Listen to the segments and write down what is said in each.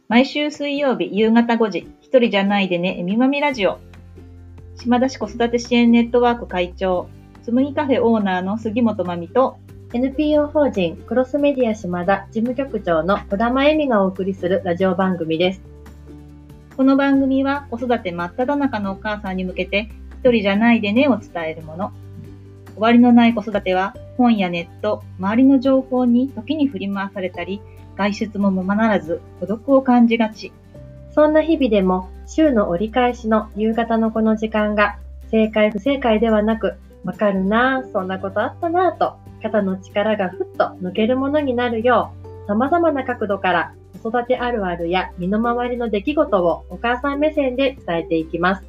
毎週水曜日夕方5時、一人じゃないでね、えみまみラジオ。島田市子育て支援ネットワーク会長、つむぎカフェオーナーの杉本真美と、 NPO 法人クロスメディア島田事務局長の児玉恵美がお送りするラジオ番組です。 この番組は子育て真っ只中のお母さんに向けて、一人じゃないでねを伝えるもの。終わりのない子育ては、本やネット、周りの情報に時に振り回されたり、外出もままならず孤独を感じがち。 そんな日々でも週の折り返しの夕方のこの時間が正解不正解ではなく、わかるなぁ、そんなことあったなぁと肩の力がふっと抜けるものになるよう、様々な角度から子育てあるあるや身の回りの出来事をお母さん目線で伝えていきます。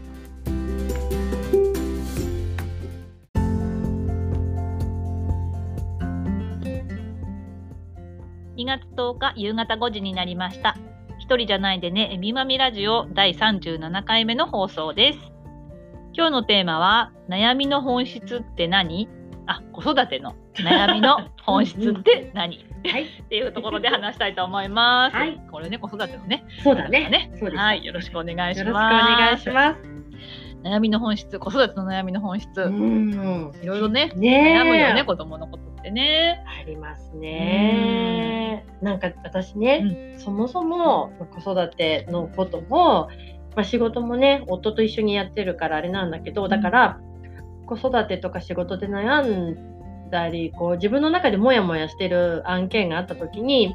2月10日夕方5時になりました。一人じゃないでね、えみまみラジオ第37回目の放送です。今日のテーマは、悩みの本質って何？子育ての悩みの本質って何？ はい、 っていうところで話したいと思います。 はい、 これね、子育てのね。 そうだね。そうです。 はい、よろしくお願いします。 よろしくお願いします。 悩みの本質、子育ての悩みの本質。いろいろね、 悩むよね、子供のことってね。 ありますね。なんか私ね、そもそも子育てのことも、仕事もね、夫と一緒にやってるからあれなんだけど、だから子育てとか仕事で悩んだり、自分の中でモヤモヤしてる案件があった時に、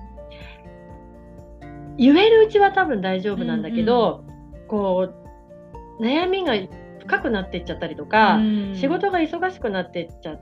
言えるうちは多分大丈夫なんだけど、悩みが深くなっていっちゃったりとか、仕事が忙しくなっていっちゃって、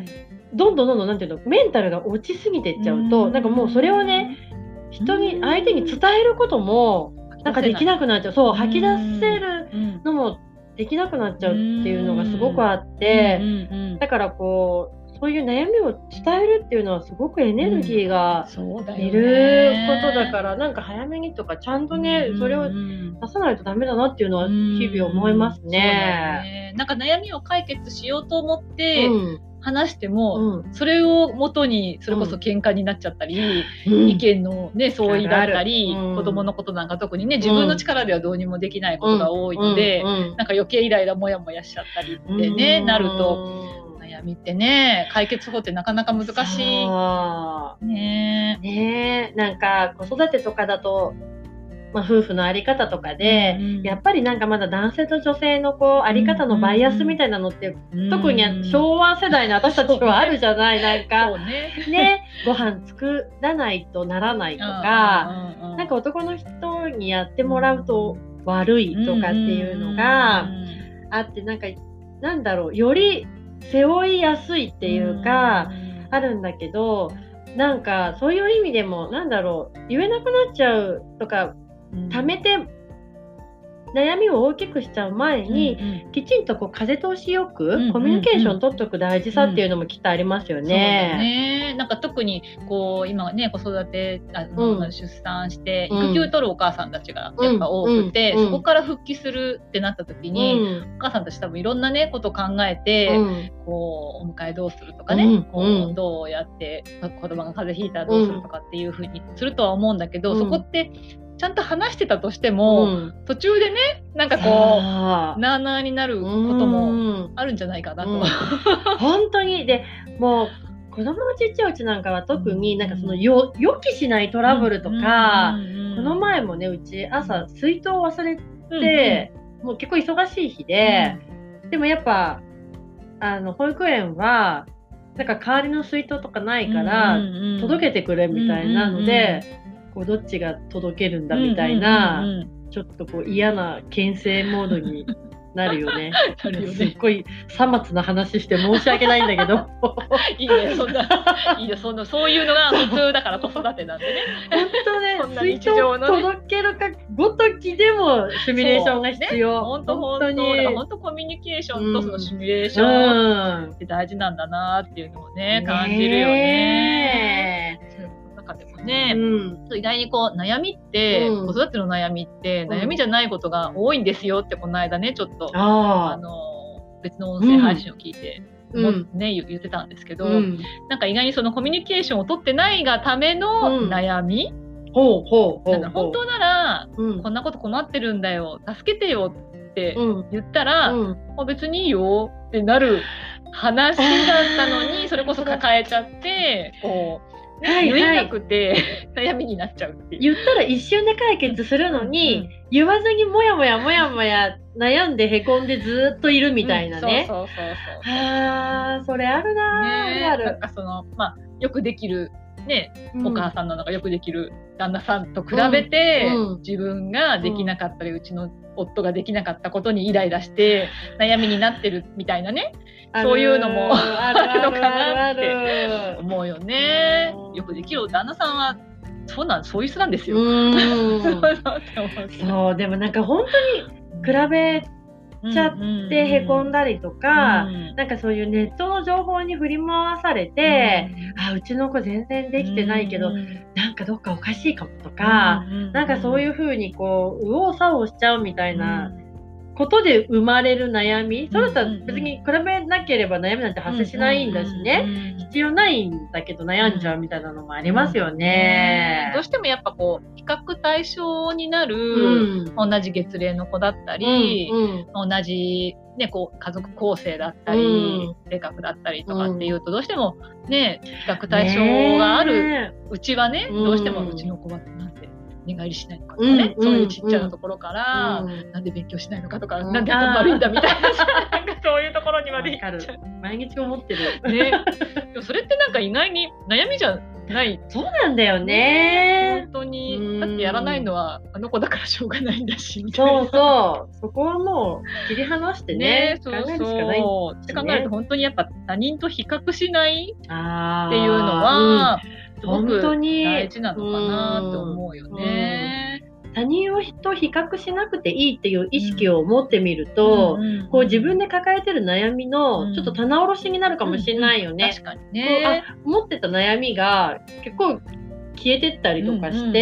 どんどんなんていうの、メンタルが落ちすぎていっちゃうと、なんかもうそれをね、相手に伝えることもなんかできなくなっちゃう。そう、吐き出せるのもできなくなっちゃうっていうのがすごくあって、だからそういう悩みを伝えるっていうのはすごくエネルギーがいることだから、なんか早めにとかちゃんとね、それを出さないとダメだなっていうのは日々思いますね。 なんか悩みを解決しようと思って話しても、それを元にそれこそ喧嘩になっちゃったり、意見のね相違だったり、子供のことなんか特にね、自分の力ではどうにもできないことが多いので、なんか余計イライラモヤモヤしちゃったりってね、なると悩みってね、解決法ってなかなか難しいね。 なんか子育てとかだと、夫婦のあり方とかで、やっぱりなんかまだ男性と女性のあり方のバイアスみたいなのって、特に昭和世代の私たちはあるじゃない、なんかご飯作らないとならないとか、なんか男の人にやってもらうと悪いとかっていうのがあって、なんだろう、より背負いやすいっていうかあるんだけど、なんかそういう意味でもなんだろう、言えなくなっちゃうとか、溜めて悩みを大きくしちゃう前に、きちんと風通しよくコミュニケーション取っておく大事さっていうのもきっとありますよね。 そうだね。なんか特に今ね、子育て出産して育休取るお母さんたちがやっぱ多くて、そこから復帰するってなった時に、お母さんたち多分いろんなねことを考えて、お迎えどうするとかね、どうやって子供が風邪ひいたらどうするとかっていう風にするとは思うんだけど、そこってちゃんと話してたとしても、途中でね、なんかなあなあになることもあるんじゃないかなと。 本当に。でもう子供のちっちゃいうちなんかは特になんかその予期しないトラブルとか、この前もね、うち朝水筒を忘れて、もう結構忙しい日で、でもやっぱ保育園はなんか代わりの水筒とかないから届けてくれみたいなので、どっちが届けるんだみたいな、ちょっと嫌な牽制モードになるよね。すっごいさまつな話して申し訳ないんだけど。 いいね、そういうのが普通だから子育てなんでね。 本当ね、水筒を届けるかごときでもシミュレーションが必要。 本当に。本当コミュニケーションとそのシミュレーションって大事なんだなっていうのをね、感じるよね。中でもね、意外に悩みって、子育ての悩みって悩みじゃないことが多いんですよってこの間ね、ちょっと別の音声配信を聞いて言ってたんですけど、なんか意外にそのコミュニケーションを取ってないがための悩みほうほうほうほう。 本当なら、 うん、 こんなこと困ってるんだよ、助けてよってうん、 言ったら、 うん。 別にいいよってなる話だったのに、それこそ抱えちゃって、こう、ね、 はいはい、 言えなくて悩みになっちゃうっていう。 言ったら一瞬で解決するのに、言わずにもやもやもやもや悩んでへこんでずっといるみたいなね。 そうそうそうそう。 あー、それあるなー、 ね、 あるある。 なんかその、まあ、よくできるね、お母さんなのがよくできる旦那さんと比べて、自分ができなかったり、うちの夫ができなかったことにイライラして悩みになってるみたいなね、そういうのもあるのかなって思うよね。よくできる旦那さんはそういう人なんですよ。 そう、でもなんか本当に比べちゃってへこんだりとか、なんかそういうネットの情報に振り回されて、うちの子全然できてないけど、なんかどっかおかしいかもとか、なんかそういう風にこう右往左往しちゃうみたいなことで生まれる悩み、それとは別に比べなければ悩みなんて発生しないんだしね、必要ないんだけど悩んじゃうみたいなのもありますよね。 どうしてもやっぱこう比較対象になる、同じ月齢の子だったり、同じ、ね、こう家族構成だったり、性格だったりとかっていうと、どうしてもね比較対象があるうちはね、どうしてもうちの子はなんて寝返りしないのかとかね、そういうちっちゃなところから、なんで勉強しないのかとか、なんで頭悪いんだみたいな、なんかそういうところにまでいっちゃう。 毎日思ってる。 ね。でもそれってなんか意外に悩みじゃない。 そうなんだよね。 本当に。だってやらないのはあの子だからしょうがないんだし、みたいな。 そうそう。そこはもう切り離してね。 考えるしかない。って考えると本当にやっぱ他人と比較しないっていうのは、すごく大事なのかなって思うよね。 他人と比較しなくていいっていう意識を持ってみると、こう自分で抱えてる悩みのちょっと棚卸しになるかもしれないよね。 確かにね。 持ってた悩みが結構消えてったりとかして、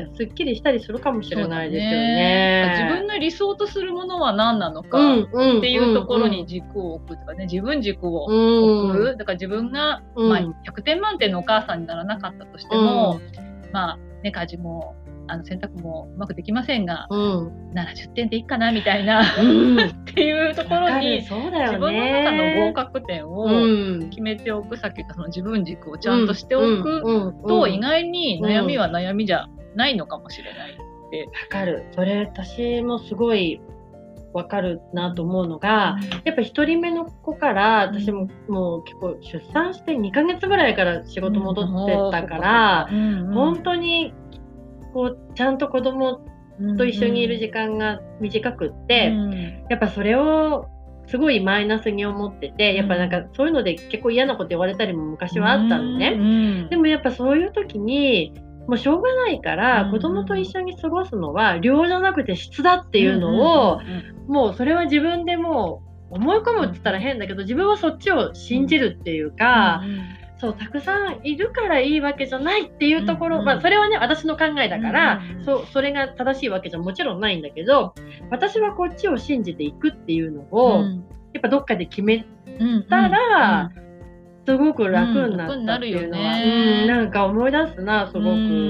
すっきりしたりするかもしれないですよね。 自分の理想とするものは何なのかっていうところに軸を置くとかね、自分軸を置く。だから自分が、まあ、100点満点のお母さんにならなかったとしても、まあね、家事も洗濯もうまくできませんが、70点でいいかなみたいな、っていうところに、自分の中の合格点を決めておく、さっき言ったその自分軸をちゃんとしておくと、意外に悩みは悩みじゃないのかもしれないって。 わかる。それ私もすごいわかるなと思うのが、やっぱ1人目の子から私ももう結構出産して2ヶ月ぐらいから仕事戻ってたから、本当にこうちゃんと子供と一緒にいる時間が短くって、やっぱそれをすごいマイナスに思ってて、やっぱなんかそういうので結構嫌なこと言われたりも昔はあったのね。でもやっぱそういう時にもうしょうがないから、子供と一緒に過ごすのは量じゃなくて質だっていうのを、もうそれは自分でもう思い込むって言ったら変だけど、自分はそっちを信じるっていうか、そうたくさんいるからいいわけじゃないっていうところ、それはね私の考えだから、それが正しいわけじゃもちろんないんだけど、私はこっちを信じていくっていうのを、やっぱどっかで決めたら、すごく楽になったっていうのは、なんか思い出すな、すごく。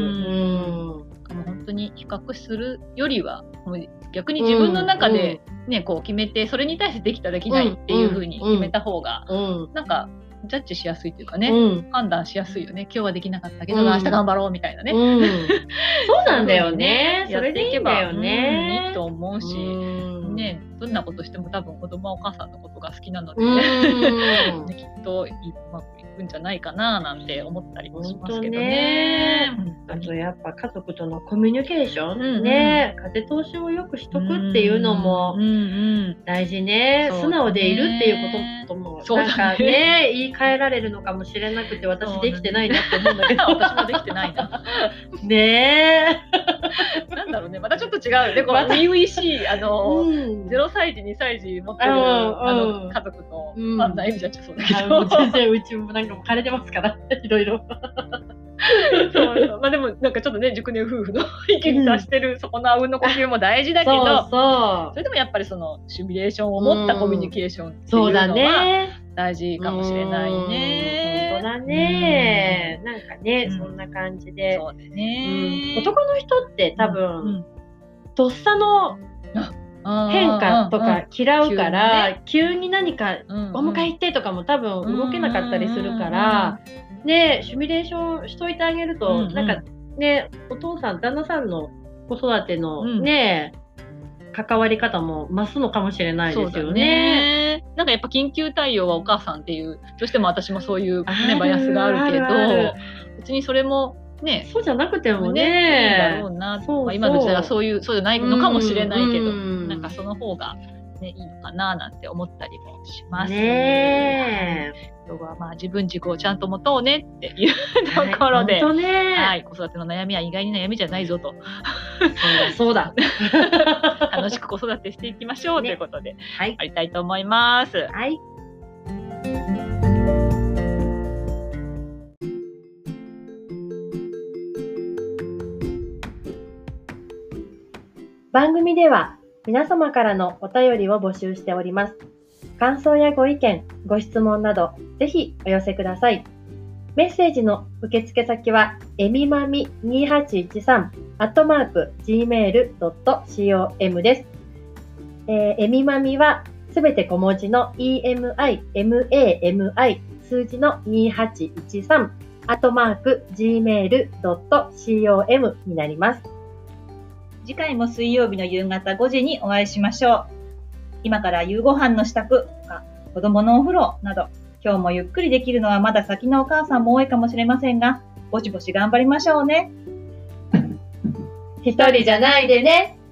本当に比較するよりは、逆に自分の中でね、こう決めて、それに対してできたできないっていう風に決めた方が、なんかジャッジしやすいというかね、判断しやすいよね。今日はできなかったけど、明日頑張ろうみたいなね。 そうなんだよね。それでいいんだよね。 いいと思うし、ね、どんなことしても多分子供はお母さんのことが好きなので、きっとうまくいくんじゃないかななんて思ったりもしますけどね。 あとやっぱ家族とのコミュニケーションね、風通しをよくしとくっていうのも大事ね。素直でいるっていうことともなんかね、言い換えられるのかもしれなくて、私できてないなって思うんだけど、 私もできてないな。 ねえ。なんだろうね、またちょっと違うね。こう初々しい0歳児2歳児持ってる家族とまんな意味じゃちょっとそうだけど、 全然うちもなんかも枯れてますからいろいろ。 まあでもなんかちょっとね、熟年夫婦の息に達してる、そこのあうんの呼吸も大事だけど、それでもやっぱりそのシミュレーションを持ったコミュニケーションっていうのは大事かもしれないね。 本当だね。 なんかね、そんな感じで。 そうだね。 男の人って多分、とっさの変化とか嫌うから、急に何かお迎え行ってとかも多分動けなかったりするから、ね、シミュレーションしといてあげると、なんかね、お父さん、旦那さんの子育てのね、関わり方も増すのかもしれないですよね。 なんかやっぱ緊急対応はお母さんっていう、どうしても私もそういう、ね、バイアスがあるけど、別にそれもね、 そうじゃなくてもね、 いいだろうな。今の時代はそうじゃないのかもしれないけど、なんかその方が、ね、いいのかななんて思ったりもします。今日はまあ自分軸をちゃんと持とうねっていうところで、はい、子育ての悩みは意外に悩みじゃないぞと。 そうだ。 楽しく子育てしていきましょうということで、やりたいと思います。 はい。番組では皆様からのお便りを募集しております。感想やご意見、ご質問など、ぜひお寄せください。メッセージの受付先は、えみまみ2813@gmail.com です。えみまみはすべて小文字の EMIMAMI 数字の2813@gmail.com になります。 次回も水曜日の夕方5時にお会いしましょう。今から夕ご飯の支度とか子供のお風呂など、今日もゆっくりできるのはまだ先のお母さんも多いかもしれませんが、ぼちぼち頑張りましょうね。 一人じゃないでね。